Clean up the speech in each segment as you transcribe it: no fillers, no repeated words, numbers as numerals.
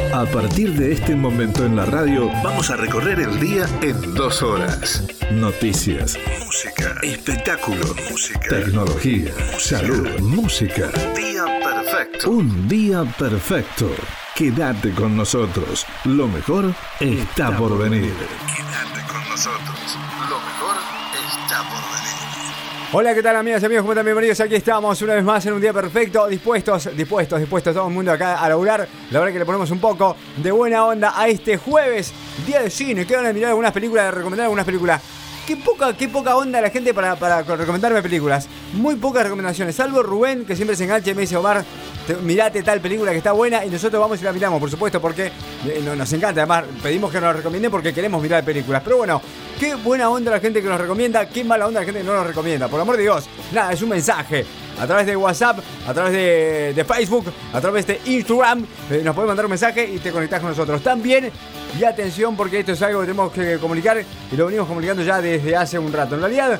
A partir de este momento en la radio, vamos a recorrer el día en 2 horas. Noticias, música, espectáculo, música, tecnología, salud, música. Día perfecto. Un día perfecto. Quédate con nosotros. Lo mejor está por venir. Quédate con nosotros. Lo mejor está por venir. Hola, ¿qué tal, amigas y amigos? ¿Cómo están? Bienvenidos. Aquí estamos una vez más en un día perfecto. Dispuestos todo el mundo acá a laburar. La verdad que le ponemos un poco de buena onda a este jueves, día de cine. ¿Qué van a mirar algunas películas, de recomendar algunas películas? Qué poca onda la gente para recomendarme películas. Muy pocas recomendaciones, salvo Rubén, que siempre se engancha y me dice: Omar, mirate tal película que está buena, y nosotros vamos y la miramos, por supuesto, porque nos encanta. Además, pedimos que nos recomienden porque queremos mirar películas. Pero bueno, qué buena onda la gente que nos recomienda, qué mala onda la gente que no nos recomienda. Por amor de Dios, nada, es un mensaje. A través de WhatsApp, a través de Facebook, a través de Instagram, nos puedes mandar un mensaje y te conectás con nosotros. También, y atención, porque esto es algo que tenemos que comunicar y lo venimos comunicando ya desde hace un rato. En realidad,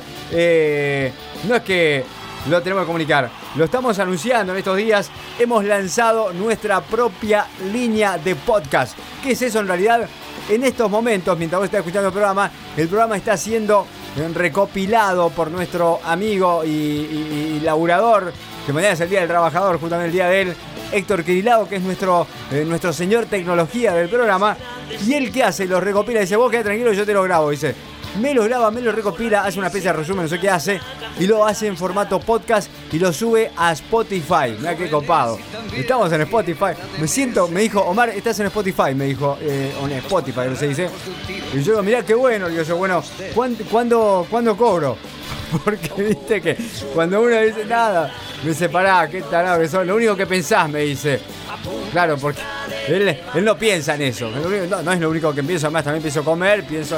no es que lo tenemos que comunicar, lo estamos anunciando en estos días. Hemos lanzado nuestra propia línea de podcast. ¿Qué es eso en realidad? En estos momentos, mientras vos estás escuchando el programa está siendo recopilado por nuestro amigo y laburador, que mañana es el Día del Trabajador, justamente el día de él, Héctor Kirilao, que es nuestro señor tecnología del programa. Y él, ¿qué hace? Lo recopila, dice: vos quedá tranquilo, yo te lo grabo, dice. Me lo graba, me lo recopila, hace una especie de resumen, no sé qué hace, y lo hace en formato podcast y lo sube a Spotify. Mirá qué copado. Estamos en Spotify. Me dijo: Omar, estás en Spotify, me dijo, en Spotify, no se dice. Y yo digo: mirá qué bueno. Digo yo: bueno, ¿cuándo cobro? Porque viste que cuando uno dice nada, me dice: pará, qué tarado que sos, lo único que pensás, me dice. Claro, porque él no piensa en eso. No es lo único que pienso, además también pienso comer, pienso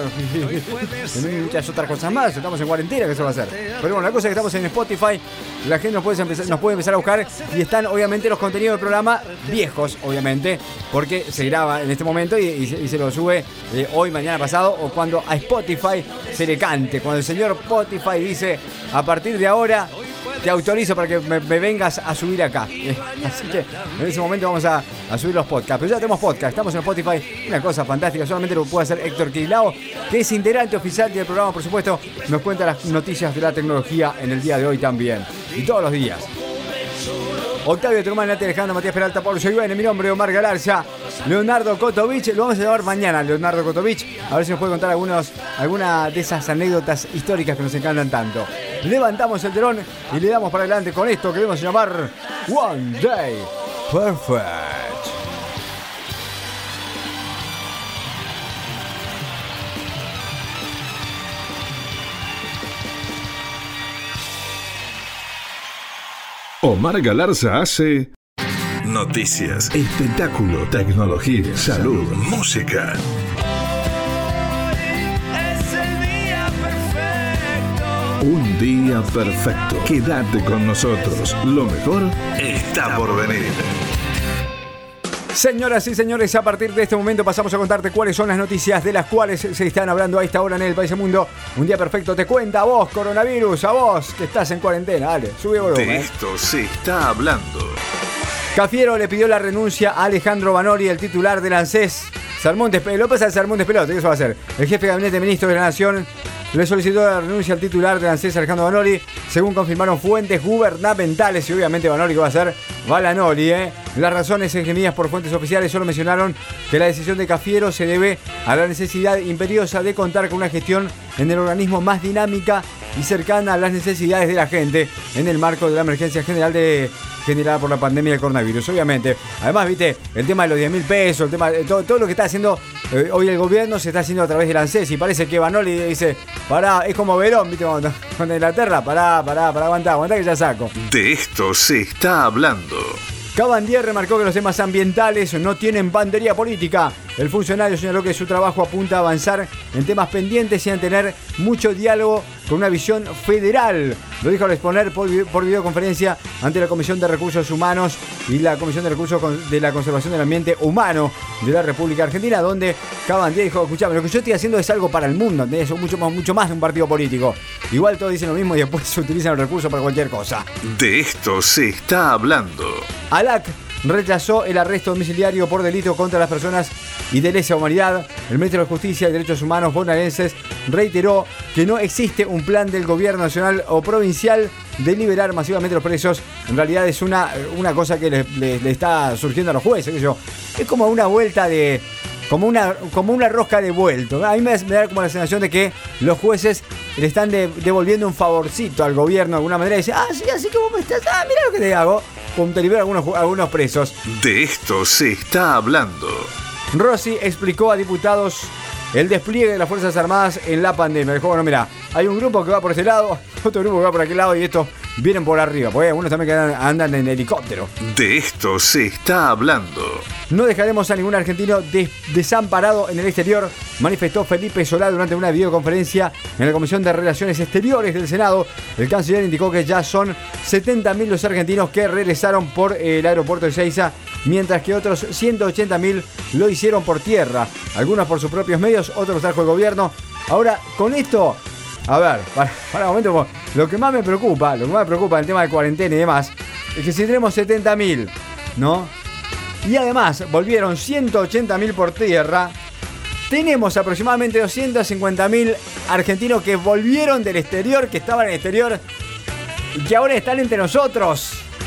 en muchas otras cosas más. Estamos en cuarentena, ¿qué se va a hacer? Pero bueno, la cosa es que estamos en Spotify, la gente nos puede empezar a buscar, y están obviamente los contenidos del programa viejos, obviamente, porque se graba en este momento y se lo sube hoy, mañana, pasado, o cuando a Spotify se le cante. Cuando el señor Spotify dice: a partir de ahora te autorizo para que me vengas a subir acá. Así que en ese momento vamos a subir los podcasts. Pero ya tenemos podcast, estamos en Spotify. Una cosa fantástica, solamente lo puede hacer Héctor Kirilao, que es integrante oficial del programa, por supuesto. Nos cuenta las noticias de la tecnología en el día de hoy también, y todos los días. Octavio Truman, Nati Alejandro, Matías Peralta, Pablo Yoyuene, mi nombre es Omar Galarza, Leonardo Kotovich. Lo vamos a llamar mañana, Leonardo Kotovich, a ver si nos puede contar alguna de esas anécdotas históricas que nos encantan tanto. Levantamos el telón y le damos para adelante con esto que debemos llamar One Day Perfect. Omar Galarza hace noticias, espectáculo, tecnología, salud, música. Un día perfecto. Quédate con nosotros. Lo mejor está por venir. Señoras y señores, a partir de este momento pasamos a contarte cuáles son las noticias de las cuales se están hablando a esta hora en el país y el mundo. Un día perfecto te cuenta a vos, coronavirus, a vos que estás en cuarentena. Dale, sube volumen. De esto se está hablando. Cafiero le pidió la renuncia a Alejandro Vanoli, el titular del ANSES. López al Sermón Despelote, ¿qué eso va a hacer? El jefe de gabinete de ministros de la Nación le solicitó la renuncia al titular del ANSES, Alejandro Vanoli, según confirmaron fuentes gubernamentales. Y obviamente Vanoli, ¿qué va a hacer? Va la Noli, Las razones esgrimidas por fuentes oficiales solo mencionaron que la decisión de Cafiero se debe a la necesidad imperiosa de contar con una gestión en el organismo más dinámica y cercana a las necesidades de la gente en el marco de la emergencia generada por la pandemia del coronavirus. Obviamente, además, viste, el tema de los 10.000 pesos, el tema de todo lo que está haciendo hoy el gobierno se está haciendo a través del ANSES, y parece que Vanoli dice: pará, es como Verón, viste, con Inglaterra, pará, aguantá que ya saco. De esto se está hablando. Cabandier remarcó que los temas ambientales no tienen bandería política. El funcionario señaló que su trabajo apunta a avanzar en temas pendientes y a tener mucho diálogo con una visión federal. Lo dijo al exponer por videoconferencia ante la Comisión de Recursos Humanos y la Comisión de Recursos de la Conservación del Ambiente Humano de la República Argentina, donde Cabandier dijo: escuchame, lo que yo estoy haciendo es algo para el mundo, ¿entendés? Es mucho más de un partido político. Igual todos dicen lo mismo y después se utilizan los recursos para cualquier cosa. De esto se está hablando. ALAC rechazó el arresto domiciliario por delito contra las personas y de lesa humanidad. El ministro de Justicia y Derechos Humanos bonaerenses reiteró que no existe un plan del gobierno nacional o provincial de liberar masivamente a los presos. En realidad es una cosa que le está surgiendo a los jueces, es como una vuelta de... Como una rosca de vuelto. A mí me da como la sensación de que los jueces le están devolviendo un favorcito al gobierno de alguna manera. Y dicen, sí, así que vos me estás... mira lo que te hago. Pum, te libero algunos presos. De esto se está hablando. Rossi explicó a diputados el despliegue de las Fuerzas Armadas en la pandemia. Dijo, bueno, mira, hay un grupo que va por este lado, otro grupo que va por aquel lado y estos vienen por arriba. Porque algunos también que andan en helicóptero. De esto se está hablando. No dejaremos a ningún argentino desamparado en el exterior, manifestó Felipe Solá durante una videoconferencia en la Comisión de Relaciones Exteriores del Senado. El canciller indicó que ya son 70.000 los argentinos que regresaron por el aeropuerto de Ezeiza, mientras que otros 180.000 lo hicieron por tierra. Algunos por sus propios medios, otros los trajo el gobierno. Ahora, con esto, a ver, para un momento, lo que más me preocupa en el tema de cuarentena y demás, es que si tenemos 70.000, ¿no? Y además volvieron 180.000 por tierra. Tenemos aproximadamente 250.000 argentinos que volvieron del exterior, que estaban en el exterior y que ahora están entre nosotros.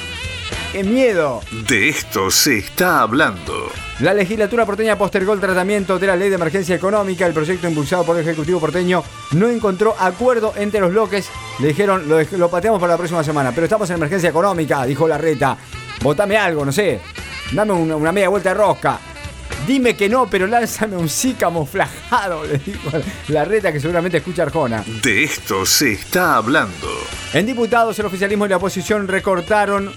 ¡Qué miedo! De esto se está hablando. La legislatura porteña postergó el tratamiento de la ley de emergencia económica. El proyecto impulsado por el Ejecutivo porteño no encontró acuerdo entre los bloques. Le dijeron, lo pateamos para la próxima semana. Pero estamos en emergencia económica, dijo Larreta. Votame algo, no sé. Dame una media vuelta de rosca. Dime que no, pero lánzame un sí camuflajado, le dijo Larreta, que seguramente escucha Arjona. De esto se está hablando. En diputados, el oficialismo y la oposición acordaron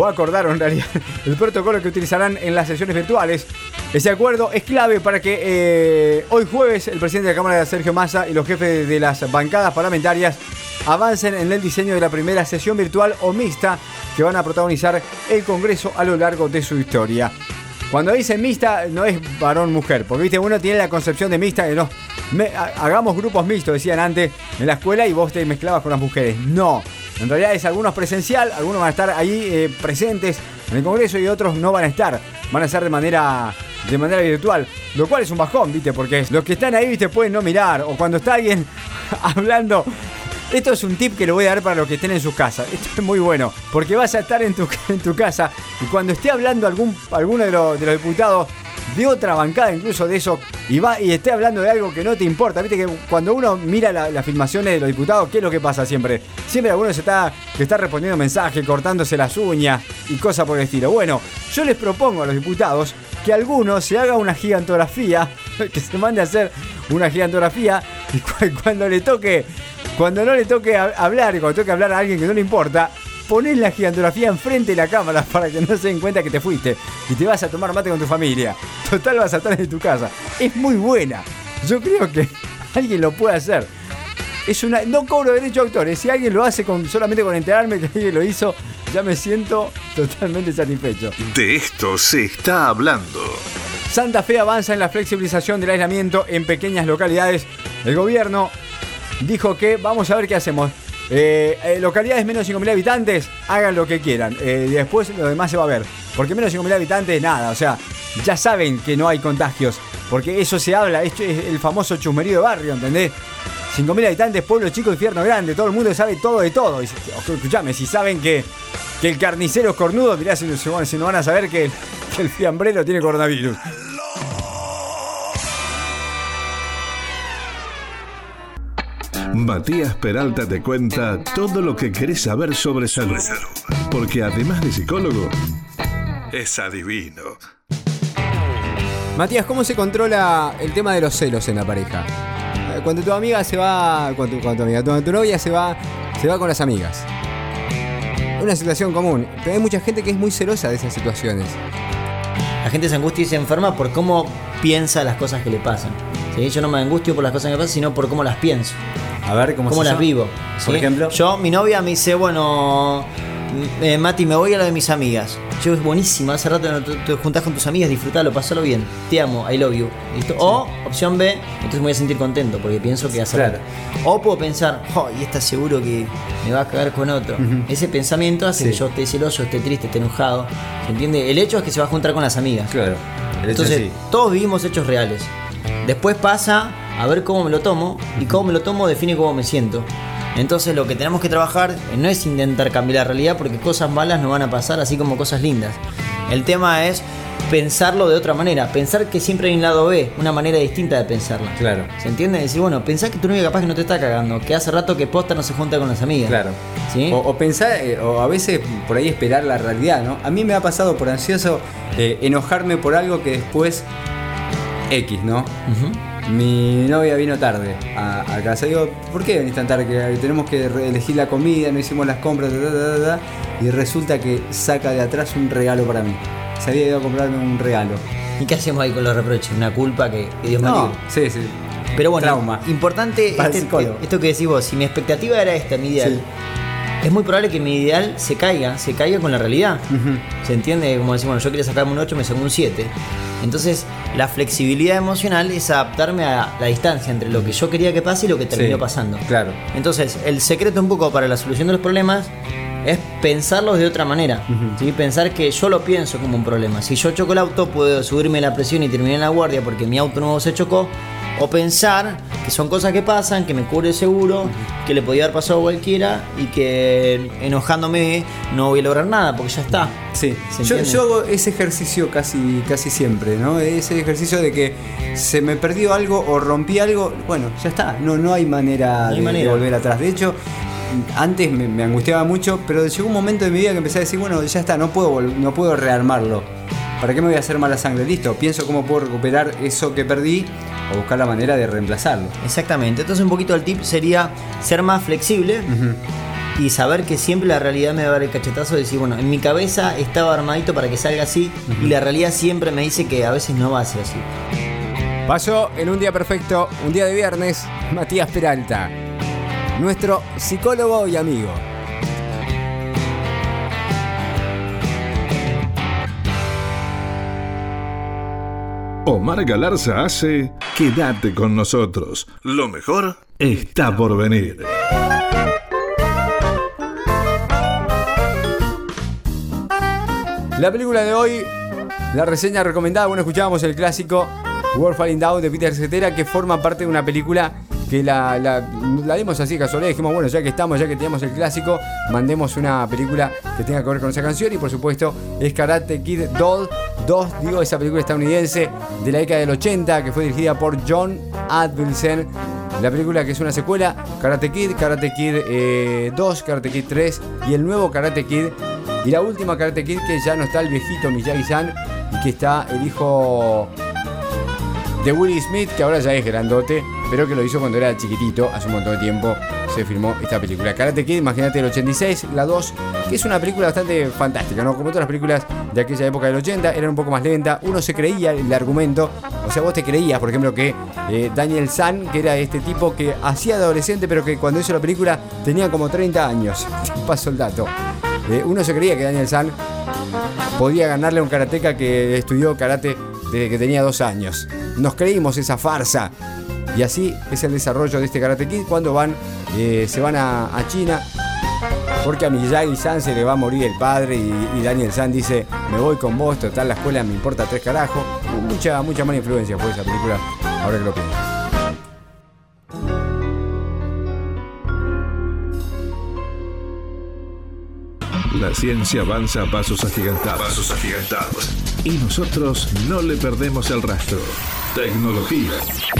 en realidad el protocolo que utilizarán en las sesiones virtuales. Ese acuerdo es clave para que hoy jueves el presidente de la Cámara, Sergio Massa, y los jefes de las bancadas parlamentarias avancen en el diseño de la primera sesión virtual o mixta que van a protagonizar el Congreso a lo largo de su historia. Cuando dicen mixta, no es varón-mujer, porque viste, uno tiene la concepción de mixta, que no, hagamos grupos mixtos, decían antes en la escuela, y vos te mezclabas con las mujeres. No, en realidad es algunos presencial, algunos van a estar ahí presentes en el Congreso y otros no van a estar, van a ser de manera virtual, lo cual es un bajón, viste, porque los que están ahí, viste, pueden no mirar, o cuando está alguien hablando. Esto es un tip que le voy a dar para los que estén en sus casas. Esto es muy bueno, porque vas a estar en tu casa y cuando esté hablando alguno de los diputados de otra bancada, incluso de eso, y esté hablando de algo que no te importa. Viste que cuando uno mira las filmaciones de los diputados, ¿qué es lo que pasa siempre? Siempre alguno que está respondiendo mensajes, cortándose las uñas y cosas por el estilo. Bueno, yo les propongo a los diputados que alguno se haga una gigantografía, que se mande a hacer una gigantografía y cuando no le toque hablar y cuando toque hablar a alguien que no le importa, ponés la gigantografía enfrente de la cámara para que no se den cuenta que te fuiste y te vas a tomar mate con tu familia. Total, vas a estar en tu casa. Es muy buena. Yo creo que alguien lo puede hacer. No cobro derecho a autores. Si alguien lo hace solamente con enterarme que alguien lo hizo, ya me siento totalmente satisfecho. De esto se está hablando. Santa Fe avanza en la flexibilización del aislamiento en pequeñas localidades. El gobierno dijo que vamos a ver qué hacemos. Localidades menos de 5.000 habitantes, hagan lo que quieran. Después lo demás se va a ver. Porque menos de 5.000 habitantes, nada. O sea, ya saben que no hay contagios. Porque eso se habla. Esto es el famoso chusmerío de barrio, ¿entendés? 5.000 habitantes, pueblo chico, infierno grande. Todo el mundo sabe todo de todo. Y, escuchame, si saben que el carnicero es cornudo, mirá si no van a saber que el fiambrero tiene coronavirus. Matías Peralta te cuenta todo lo que querés saber sobre salud. Porque además de psicólogo, es adivino. Matías, ¿cómo se controla el tema de los celos en la pareja? Cuando tu amiga se va, cuando tu novia se va con las amigas. Es una situación común, pero hay mucha gente que es muy celosa de esas situaciones. La gente se angustia y se enferma por cómo piensa las cosas que le pasan. ¿Sí? Yo no me angustio por las cosas que me pasan, sino por cómo las pienso. A ver, ¿cómo las vivo? ¿Sí? Por ejemplo. Mi novia me dice, bueno, Mati, me voy a lo de mis amigas. Yo, es buenísimo, hace rato no te juntás con tus amigas, disfrutalo, pasalo bien. Te amo, I love you. ¿Listo? Sí. O, opción B, entonces me voy a sentir contento porque pienso que hace rato. O puedo pensar, y está seguro que me va a cagar con otro. Ese pensamiento hace que yo esté celoso, esté triste, esté enojado. ¿Se entiende? El hecho es que se va a juntar con las amigas. Claro. Entonces, todos vivimos hechos reales. Después pasa a ver cómo me lo tomo, y cómo me lo tomo define cómo me siento. Entonces lo que tenemos que trabajar no es intentar cambiar la realidad, porque cosas malas no van a pasar, así como cosas lindas. El tema es pensarlo de otra manera, pensar que siempre hay un lado B, una manera distinta de pensarlo. Claro. ¿Se entiende? Decir, bueno, pensá que tu novia capaz que no te está cagando, que hace rato que posta no se junta con las amigas. Claro. ¿Sí? O pensar, o a veces por ahí esperar la realidad, ¿no? A mí me ha pasado por ansioso enojarme por algo que después X, ¿no? Mi novia vino tarde a casa. Digo, ¿por qué venís tan tarde? Que tenemos que elegir la comida, no hicimos las compras, y resulta que saca de atrás un regalo para mí. Se había ido a comprarme un regalo. ¿Y qué hacemos ahí con los reproches? Una culpa que Dios me libre. Sí, sí. Pero bueno, trauma. Importante esto que decís vos. Si mi expectativa era esta, mi ideal, es muy probable que mi ideal se caiga con la realidad. ¿Se entiende? Como decir, bueno, yo quería sacarme un 8, me sacó un 7. Entonces, la flexibilidad emocional es adaptarme a la distancia entre lo que yo quería que pase y lo que terminó pasando. Claro. Entonces, el secreto un poco para la solución de los problemas es pensarlos de otra manera. ¿Sí? Pensar que yo lo pienso como un problema. Si yo choco el auto, puedo subirme la presión y terminar en la guardia porque mi auto nuevo se chocó. O pensar que son cosas que pasan, que me cubre el seguro, que le podía haber pasado a cualquiera y que enojándome no voy a lograr nada porque ya está. Sí, yo hago ese ejercicio casi siempre, ¿no? Ese ejercicio de que se me perdió algo o rompí algo, bueno, ya está, no hay manera de volver atrás. De hecho, antes me angustiaba mucho, pero llegó un momento de mi vida que empecé a decir, bueno, ya está, no puedo rearmarlo. ¿Para qué me voy a hacer mala sangre? Listo, pienso cómo puedo recuperar eso que perdí o buscar la manera de reemplazarlo. Exactamente, entonces un poquito el tip sería ser más flexible y saber que siempre la realidad me va a dar el cachetazo de decir, bueno, en mi cabeza estaba armadito para que salga así y la realidad siempre me dice que a veces no va a ser así. Pasó en un día perfecto, un día de viernes, Matías Peralta, nuestro psicólogo y amigo. Omar Galarza hace Quédate con nosotros. Lo mejor está por venir. La película de hoy, la reseña recomendada, bueno, escuchábamos el clásico World Falling Down de Peter Cetera, que forma parte de una película que la dimos así casualidad. Dijimos, bueno, ya que teníamos el clásico, mandemos una película que tenga que ver con esa canción. Y por supuesto es Karate Kid 2, esa película estadounidense de la década del 80, que fue dirigida por John Avildsen. La película que es una secuela, Karate Kid 2, Karate Kid 3 y el nuevo Karate Kid. Y la última Karate Kid, que ya no está el viejito Miyagi-san y que está el hijo de Will Smith, que ahora ya es grandote, pero que lo hizo cuando era chiquitito, hace un montón de tiempo se filmó esta película. Karate Kid, imagínate, el 86, la 2, que es una película bastante fantástica, ¿no? Como todas las películas de aquella época del 80, eran un poco más lenta, uno se creía el argumento, o sea, vos te creías, por ejemplo, que Daniel San, que era este tipo que hacía de adolescente, pero que cuando hizo la película tenía como 30 años, paso el dato. Uno se creía que Daniel San podía ganarle a un karateca que estudió karate desde que tenía 2 años. Nos creímos esa farsa. Y así es el desarrollo de este Karate Kid cuando se van a China, porque a Miyagi-san se le va a morir el padre y Daniel San dice, me voy con vos, total la escuela me importa 3 carajos. Mucha mala influencia fue esa película, ahora que lo pienso. La ciencia avanza a pasos agigantados. Y nosotros no le perdemos el rastro. Tecnología.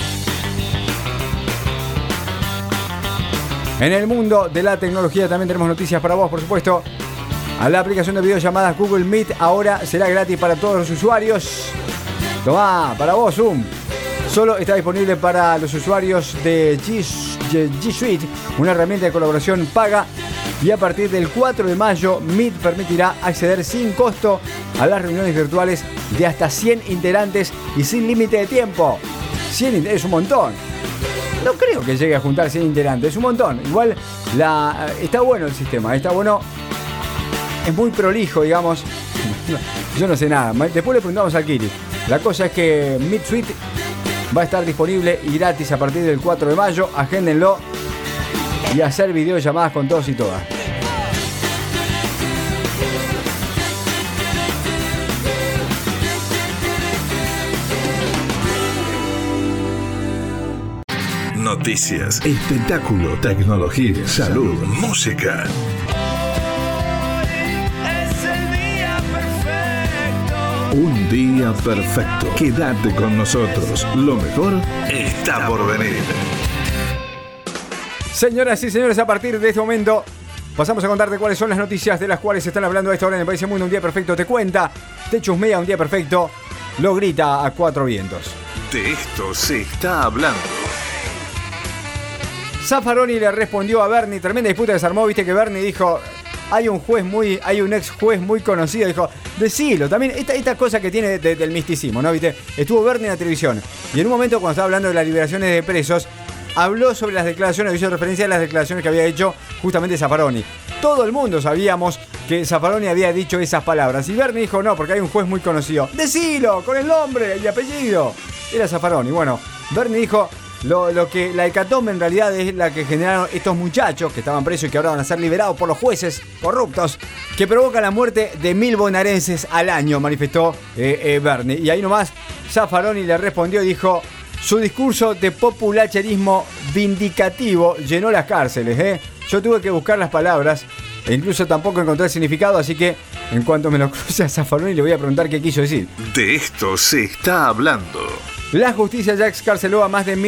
En el mundo de la tecnología también tenemos noticias para vos, por supuesto. A la aplicación de videollamadas Google Meet ahora será gratis para todos los usuarios. Tomá, para vos, Zoom. Solo está disponible para los usuarios de G Suite, una herramienta de colaboración paga. Y a partir del 4 de mayo, Meet permitirá acceder sin costo a las reuniones virtuales de hasta 100 integrantes y sin límite de tiempo. 100 es un montón. No creo que llegue a juntar 100 integrantes, es un montón. Igual está bueno el sistema, está bueno es muy prolijo, digamos. Yo no sé nada. Después le preguntamos a Kiri. La cosa es que Meet Suite va a estar disponible y gratis a partir del 4 de mayo. Agéndenlo y hacer videollamadas con todos y todas. Noticias, espectáculo, tecnología, salud, música. Un día perfecto. Quédate con nosotros. Lo mejor está por venir. Señoras y señores, a partir de este momento pasamos a contarte cuáles son las noticias de las cuales se están hablando a esta hora en el país y el mundo. Un día perfecto te cuenta, te chusmea, un día perfecto lo grita a cuatro vientos. De esto se está hablando. Zaffaroni le respondió a Bernie, tremenda disputa que se armó, viste que Bernie dijo, hay un ex juez muy conocido, dijo, decilo, también esta cosa que tiene del misticismo, ¿no? ¿Viste? Estuvo Bernie en la televisión y en un momento cuando estaba hablando de las liberaciones de presos, habló sobre las declaraciones, hizo referencia a las declaraciones que había hecho justamente Zaffaroni. Todo el mundo sabíamos que Zaffaroni había dicho esas palabras y Bernie dijo, no, porque hay un juez muy conocido, decilo, con el nombre y apellido. Era Zaffaroni. Bueno, Bernie dijo, lo que la hecatombe en realidad es la que generaron estos muchachos que estaban presos y que ahora van a ser liberados por los jueces corruptos, que provoca la muerte de 1000 bonaerenses al año, manifestó Bernie. Y ahí nomás Zaffaroni le respondió y dijo, su discurso de populacherismo vindicativo llenó las cárceles. Yo tuve que buscar las palabras e incluso tampoco encontré el significado, así que en cuanto me lo cruce a Zaffaroni le voy a preguntar qué quiso decir. De esto se está hablando. La justicia ya excarceló a más de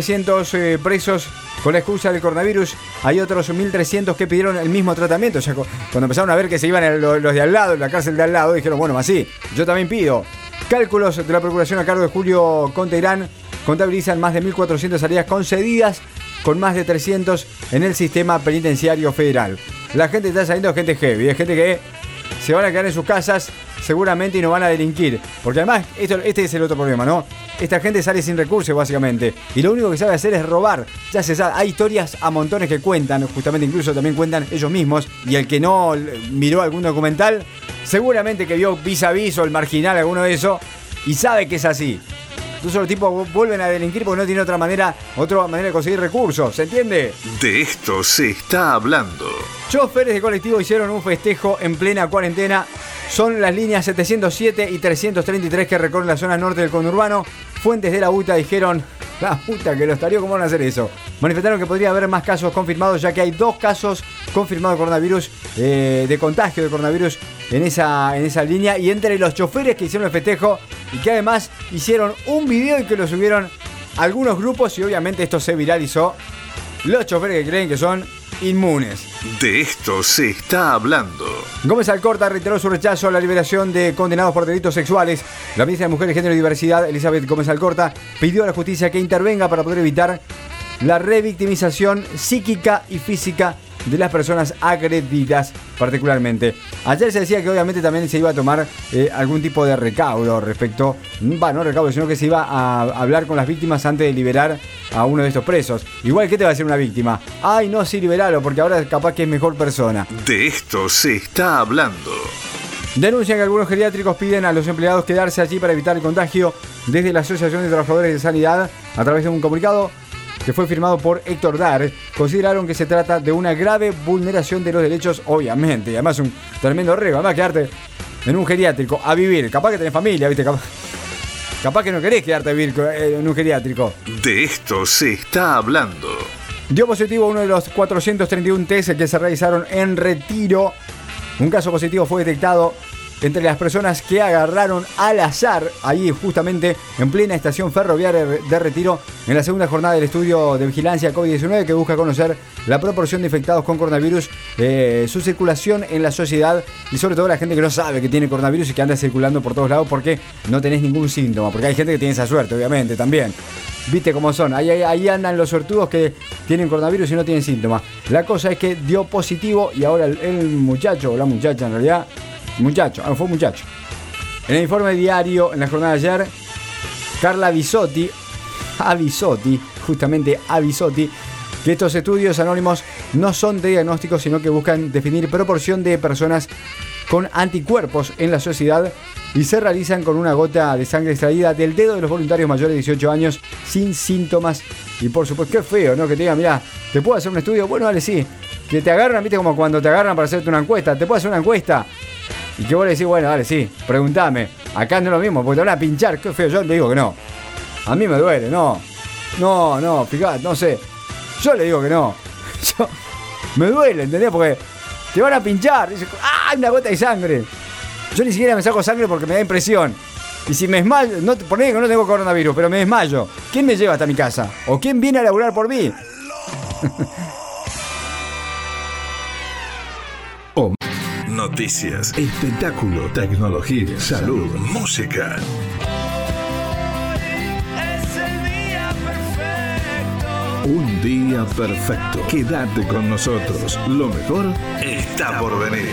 1.700 presos con la excusa del coronavirus. Hay otros 1.300 que pidieron el mismo tratamiento. O sea, cuando empezaron a ver que se iban los de al lado, en la cárcel de al lado, dijeron, bueno, así, yo también pido. Cálculos de la Procuración a cargo de Julio Conteirán contabilizan más de 1.400 salidas concedidas, con más de 300 en el sistema penitenciario federal. La gente está saliendo, gente heavy, es gente que se van a quedar en sus casas seguramente y no van a delinquir. Porque además, este es el otro problema, ¿no? Esta gente sale sin recursos, básicamente. Y lo único que sabe hacer es robar. Ya se sabe, hay historias a montones que cuentan, justamente incluso también cuentan ellos mismos. Y el que no miró algún documental, seguramente que vio Vis a Vis o El Marginal, alguno de esos, y sabe que es así. Entonces los tipos vuelven a delinquir porque no tienen otra manera de conseguir recursos, ¿se entiende? De esto se está hablando. Choferes de colectivo hicieron un festejo en plena cuarentena. Son las líneas 707 y 333 que recorren la zona norte del conurbano. Fuentes de la UTA dijeron, la puta que los tarió, ¿cómo van a hacer eso? Manifestaron que podría haber más casos confirmados, ya que hay 2 casos confirmados de coronavirus, de contagio de coronavirus en esa línea. Y entre los choferes que hicieron el festejo y que además hicieron un video y que lo subieron a algunos grupos y obviamente esto se viralizó, los choferes que creen que son inmunes. De esto se está hablando. Gómez Alcorta reiteró su rechazo a la liberación de condenados por delitos sexuales. La ministra de Mujeres, Género y Diversidad, Elizabeth Gómez Alcorta, pidió a la justicia que intervenga para poder evitar la revictimización psíquica y física de las personas agredidas particularmente. Ayer se decía que obviamente también se iba a tomar algún tipo de recaudo respecto, no recaudo, sino que se iba a hablar con las víctimas antes de liberar a uno de estos presos. Igual, ¿qué te va a decir una víctima? Ay, no, sí, liberalo, porque ahora capaz que es mejor persona. De esto se está hablando. Denuncian que algunos geriátricos piden a los empleados quedarse allí para evitar el contagio. Desde la Asociación de Trabajadores de Sanidad, a través de un comunicado que fue firmado por Héctor Dar, consideraron que se trata de una grave vulneración de los derechos, obviamente, y además un tremendo riesgo. Además, quedarte en un geriátrico a vivir, capaz que tenés familia, ¿viste? Capaz que no querés quedarte a vivir en un geriátrico. De esto se está hablando. Dio positivo uno de los 431 test que se realizaron en Retiro. Un caso positivo fue detectado entre las personas que agarraron al azar, ahí justamente en plena estación ferroviaria de Retiro, en la segunda jornada del estudio de vigilancia COVID-19 que busca conocer la proporción de infectados con coronavirus, su circulación en la sociedad y sobre todo la gente que no sabe que tiene coronavirus y que anda circulando por todos lados porque no tenés ningún síntoma, porque hay gente que tiene esa suerte, obviamente, también. Viste cómo son, ahí andan los suertudos que tienen coronavirus y no tienen síntomas. La cosa es que dio positivo y ahora el muchacho, o la muchacha en realidad, fue un muchacho. En el informe diario, en la jornada de ayer, Carla Bisotti, que estos estudios anónimos no son de diagnóstico, sino que buscan definir proporción de personas con anticuerpos en la sociedad y se realizan con una gota de sangre extraída del dedo de los voluntarios mayores de 18 años sin síntomas. Y por supuesto, qué feo, ¿no? Que te digan, mirá, ¿te puedo hacer un estudio? Bueno, dale, sí. Que te agarran, viste, como cuando te agarran para hacerte una encuesta. ¿Te puedo hacer una encuesta? Y que vos le decís, bueno, dale, sí, preguntame. Acá no es lo mismo, porque te van a pinchar. Qué feo, yo le digo que no. A mí me duele, no, fíjate, no sé. Yo le digo que no. Me duele, ¿entendés? Porque te van a pinchar. Dice, ¡ah! Una gota de sangre. Yo ni siquiera me saco sangre porque me da impresión. Y si me desmayo, ponele que no tengo coronavirus, pero me desmayo, ¿quién me lleva hasta mi casa? ¿O quién viene a laburar por mí? Noticias, espectáculo, tecnología, salud, música. Un día perfecto. Quédate con nosotros. Lo mejor está por venir.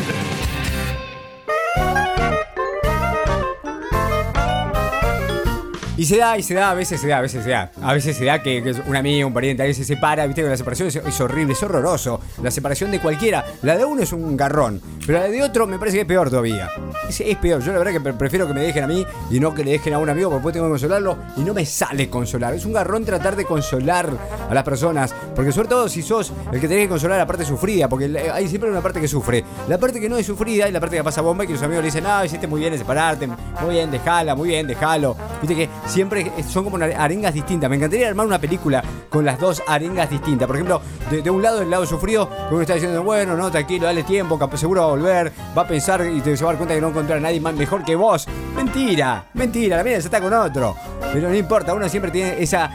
Y se da, a veces se da. A veces se da que un amigo, un pariente, a veces se separa, viste que la separación es horrible, es horroroso. La separación de cualquiera. La de uno es un garrón, pero la de otro me parece que es peor todavía. Es peor. Yo la verdad que prefiero que me dejen a mí y no que le dejen a un amigo, porque después tengo que consolarlo y no me sale consolar. Es un garrón tratar de consolar a las personas, porque sobre todo si sos el que tenés que consolar la parte sufrida, porque hay siempre una parte que sufre. La parte que no es sufrida y la parte que pasa bomba y que los amigos le dicen, hiciste muy bien de separarte, muy bien, déjalo. Viste que siempre son como arengas distintas. Me encantaría armar una película con las dos arengas distintas. Por ejemplo, de un lado, el lado sufrido, que uno está diciendo, bueno, no, tranquilo, dale tiempo, seguro va a volver, va a pensar y se va a dar cuenta que no encontrar a nadie más mejor que vos. Mentira, la mina ya está con otro. Pero no importa, uno siempre tiene esas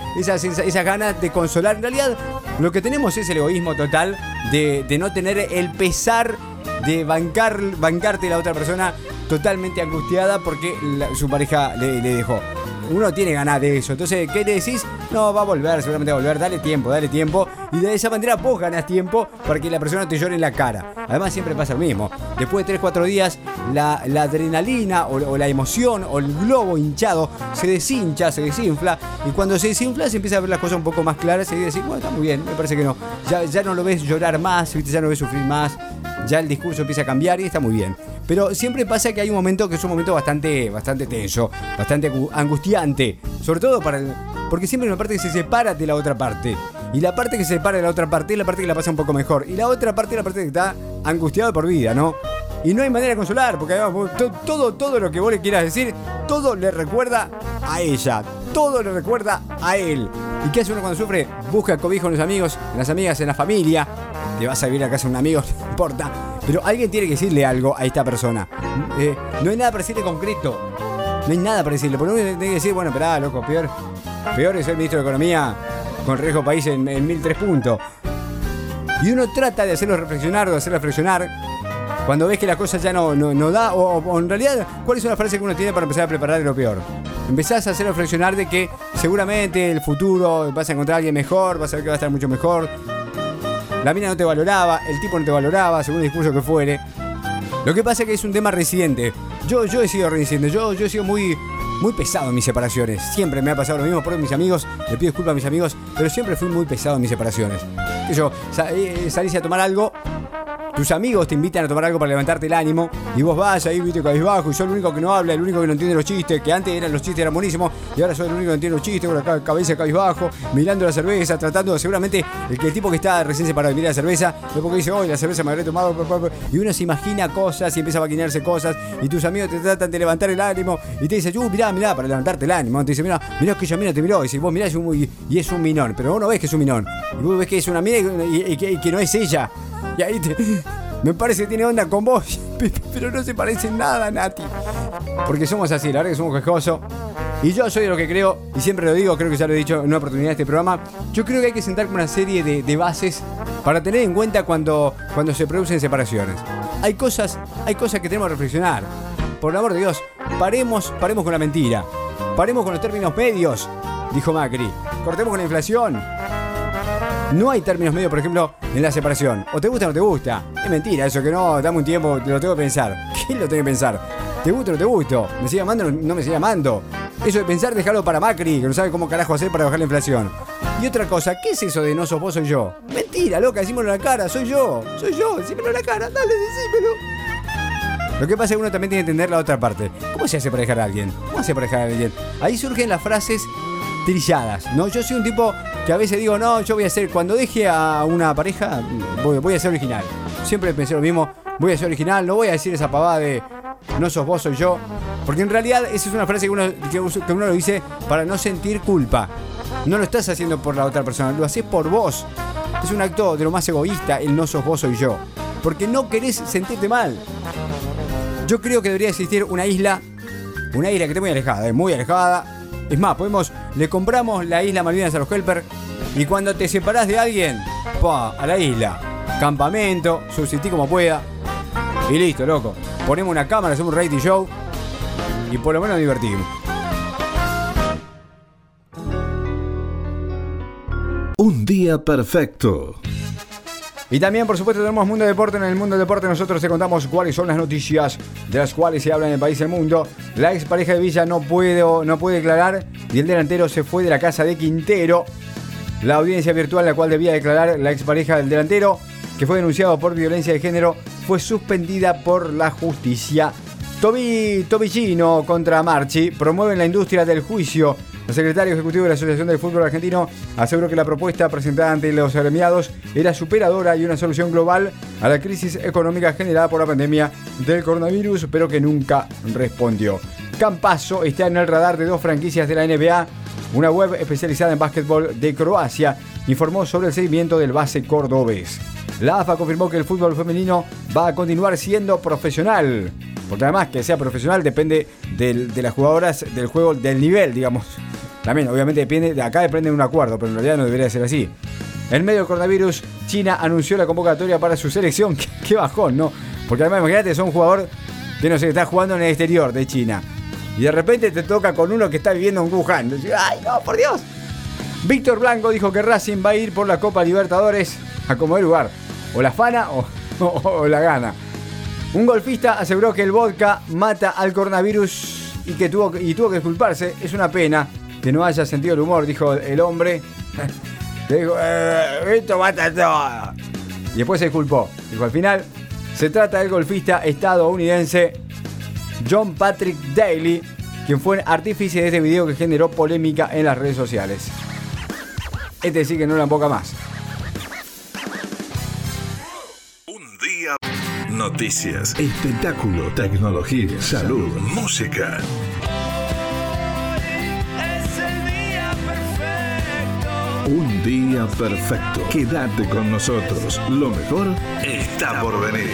ganas de consolar. En realidad, lo que tenemos es el egoísmo total de no tener el pesar de bancarte a la otra persona totalmente angustiada porque su pareja le dejó. Uno tiene ganas de eso. Entonces, ¿qué le decís? No, va a volver, seguramente va a volver. Dale tiempo. Y de esa manera vos ganás tiempo para que la persona te llore en la cara. Además, siempre pasa lo mismo. Después de 3-4 días, la adrenalina o la emoción o el globo hinchado se deshincha, se desinfla. Y cuando se desinfla, se empieza a ver las cosas un poco más claras y decir, bueno, está muy bien, me parece que no. Ya no lo ves llorar más, ¿viste? Ya no lo ves sufrir más. Ya el discurso empieza a cambiar y está muy bien. Pero siempre pasa que hay un momento que es un momento bastante tenso, bastante angustiante. Sobre todo porque siempre hay una parte que se separa de la otra parte. Y la parte que se separa de la otra parte es la parte que la pasa un poco mejor. Y la otra parte es la parte que está angustiada por vida, ¿no? Y no hay manera de consolar, porque además todo lo que vos le quieras decir, todo le recuerda a ella, todo le recuerda a él. ¿Y qué hace uno cuando sufre? Busca cobijo en los amigos, en las amigas, en la familia. Te vas a vivir a casa de un amigo, no importa. Pero alguien tiene que decirle algo a esta persona. No hay nada para decirle concreto. No hay nada para decirle. Porque uno tiene que decir, bueno, esperá, loco, peor es ser ministro de Economía con riesgo país en 1003 puntos. Y uno trata de hacerlo reflexionar, cuando ves que la cosa ya no da, o en realidad, ¿cuáles son las frases que uno tiene para empezar a preparar de lo peor? Empezás a hacerlo reflexionar de que seguramente en el futuro vas a encontrar a alguien mejor, vas a ver que va a estar mucho mejor. La mina no te valoraba, el tipo no te valoraba, según el discurso que fuere. Lo que pasa es que es un tema reincidente. Yo he sido reincidente, yo he sido muy pesado en mis separaciones. Siempre me ha pasado lo mismo por mis amigos, le pido disculpas a mis amigos, pero siempre fui muy pesado en mis separaciones. Salís a tomar algo, tus amigos te invitan a tomar algo para levantarte el ánimo y vos vas ahí, viste, cabizbajo, y sos el único que no habla, el único que no entiende los chistes, que antes los chistes eran buenísimos y ahora soy el único que entiende los chistes, con la cabeza cabizbajo, mirando la cerveza, tratando, seguramente el tipo que está recién separado mira la cerveza, después que dice, la cerveza me habré tomado, y uno se imagina cosas y empieza a maquinarse cosas y tus amigos te tratan de levantar el ánimo y te dicen, mirá, para levantarte el ánimo, te dicen, mirá que ella mira te miró, y si vos mirás y es un minón, pero vos no ves que es un minón, y vos ves que es una mina y que no es ella, y ahí me parece que tiene onda con vos, pero no se parece en nada, Nati. Porque somos así, la verdad que somos quejosos. Y yo soy de lo que creo, y siempre lo digo, creo que ya lo he dicho en una oportunidad de este programa. Yo creo que hay que sentar con una serie de bases para tener en cuenta cuando se producen separaciones. Hay cosas que tenemos que reflexionar. Por el amor de Dios, paremos con la mentira. Paremos con los términos medios, dijo Macri. Cortemos con la inflación. No hay términos medios, por ejemplo, en la separación. O te gusta o no te gusta. Es mentira eso, que no, dame un tiempo, te lo tengo que pensar. ¿Qué lo tengo que pensar? ¿Te gusta o no te gusto? ¿Me sigue amando o no me sigue amando? Eso de pensar, dejarlo para Macri, que no sabe cómo carajo hacer para bajar la inflación. Y otra cosa, ¿qué es eso de no sos vos, soy yo? Mentira, loca, decímelo en la cara, soy yo, decímelo en la cara, dale, decímelo. Lo que pasa es que uno también tiene que entender la otra parte. ¿Cómo se hace para dejar a alguien? ¿Cómo se hace para dejar a alguien? Ahí surgen las frases trilladas, ¿no? Yo soy un tipo que a veces digo, no, yo voy a ser, cuando deje a una pareja, voy a ser original. Siempre pensé lo mismo, voy a ser original, no voy a decir esa pavada de no sos vos, soy yo. Porque en realidad esa es una frase que uno lo dice para no sentir culpa. No lo estás haciendo por la otra persona, lo haces por vos. Es un acto de lo más egoísta, el no sos vos, soy yo. Porque no querés sentirte mal. Yo creo que debería existir una isla que esté muy alejada, muy alejada. Es más, le compramos la isla Malvinas a los Helper y cuando te separás de alguien, a la isla, campamento, subsistí como pueda y listo, loco. Ponemos una cámara, hacemos un reality show y por lo menos nos divertimos. Un día perfecto. Y también, por supuesto, tenemos Mundo Deporte. En el Mundo Deporte nosotros te contamos cuáles son las noticias de las cuales se habla en el país y el mundo. La expareja de Villa no puede declarar y el delantero se fue de la casa de Quintero. La audiencia virtual en la cual debía declarar la expareja del delantero, que fue denunciado por violencia de género, fue suspendida por la justicia. Tobillino contra Marchi promueven la industria del juicio. El secretario ejecutivo de la Asociación del Fútbol Argentino aseguró que la propuesta presentada ante los agremiados era superadora y una solución global a la crisis económica generada por la pandemia del coronavirus, pero que nunca respondió. Campazzo está en el radar de 2 franquicias de la NBA. Una web especializada en básquetbol de Croacia informó sobre el seguimiento del base cordobés. La AFA confirmó que el fútbol femenino va a continuar siendo profesional. Porque además que sea profesional depende de las jugadoras del juego, del nivel, digamos. También, obviamente, depende de un acuerdo, pero en realidad no debería ser así. En medio del coronavirus, China anunció la convocatoria para su selección. Qué bajón, ¿no? Porque además, imagínate, son un jugador que no sé, está jugando en el exterior de China. Y de repente te toca con uno que está viviendo en Wuhan. ¡Ay, no, por Dios! Víctor Blanco dijo que Racing va a ir por la Copa Libertadores a como dé lugar. O la fana o la gana. Un golfista aseguró que el vodka mata al coronavirus y tuvo que disculparse. Es una pena que no haya sentido el humor, dijo el hombre. Le dijo, esto mata todo. Y después se disculpó. Dijo, al final, se trata del golfista estadounidense John Patrick Daly, quien fue artífice de este video que generó polémica en las redes sociales. Este sí que no la emboca más. Noticias, espectáculo, tecnología, salud, música. Un día perfecto. Quédate con nosotros. Lo mejor está por venir.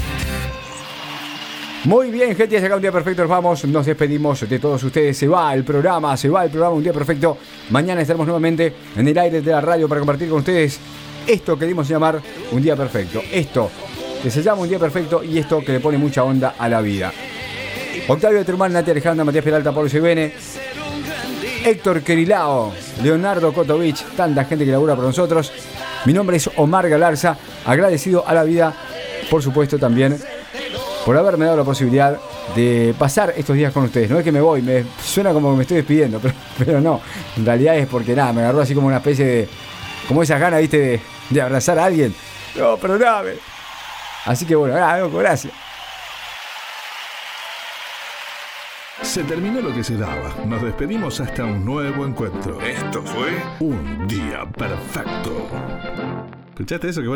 Muy bien, gente, hasta acá Un Día Perfecto nos vamos, nos despedimos de todos ustedes. Se va el programa Un Día Perfecto. Mañana estaremos nuevamente en el aire de la radio para compartir con ustedes esto que dimos a llamar Un Día Perfecto. Esto que se llama Un Día Perfecto y esto que le pone mucha onda a la vida. Octavio Truman, Nati Alejandra, Matías Peralta, Pablo Sibene, Héctor Querilao, Leonardo Kotovich, tanta gente que labura por nosotros. Mi nombre es Omar Galarza, agradecido a la vida, por supuesto también, por haberme dado la posibilidad de pasar estos días con ustedes. No es que me voy, me suena como que me estoy despidiendo, pero no, en realidad es porque nada, me agarró así como una especie de, como esas ganas, viste, de abrazar a alguien. No, pero nada, así que bueno, nada, loco, gracias. Se terminó lo que se daba. Nos despedimos hasta un nuevo encuentro. Esto fue Un Día Perfecto. ¿Escuchaste eso? Que bueno.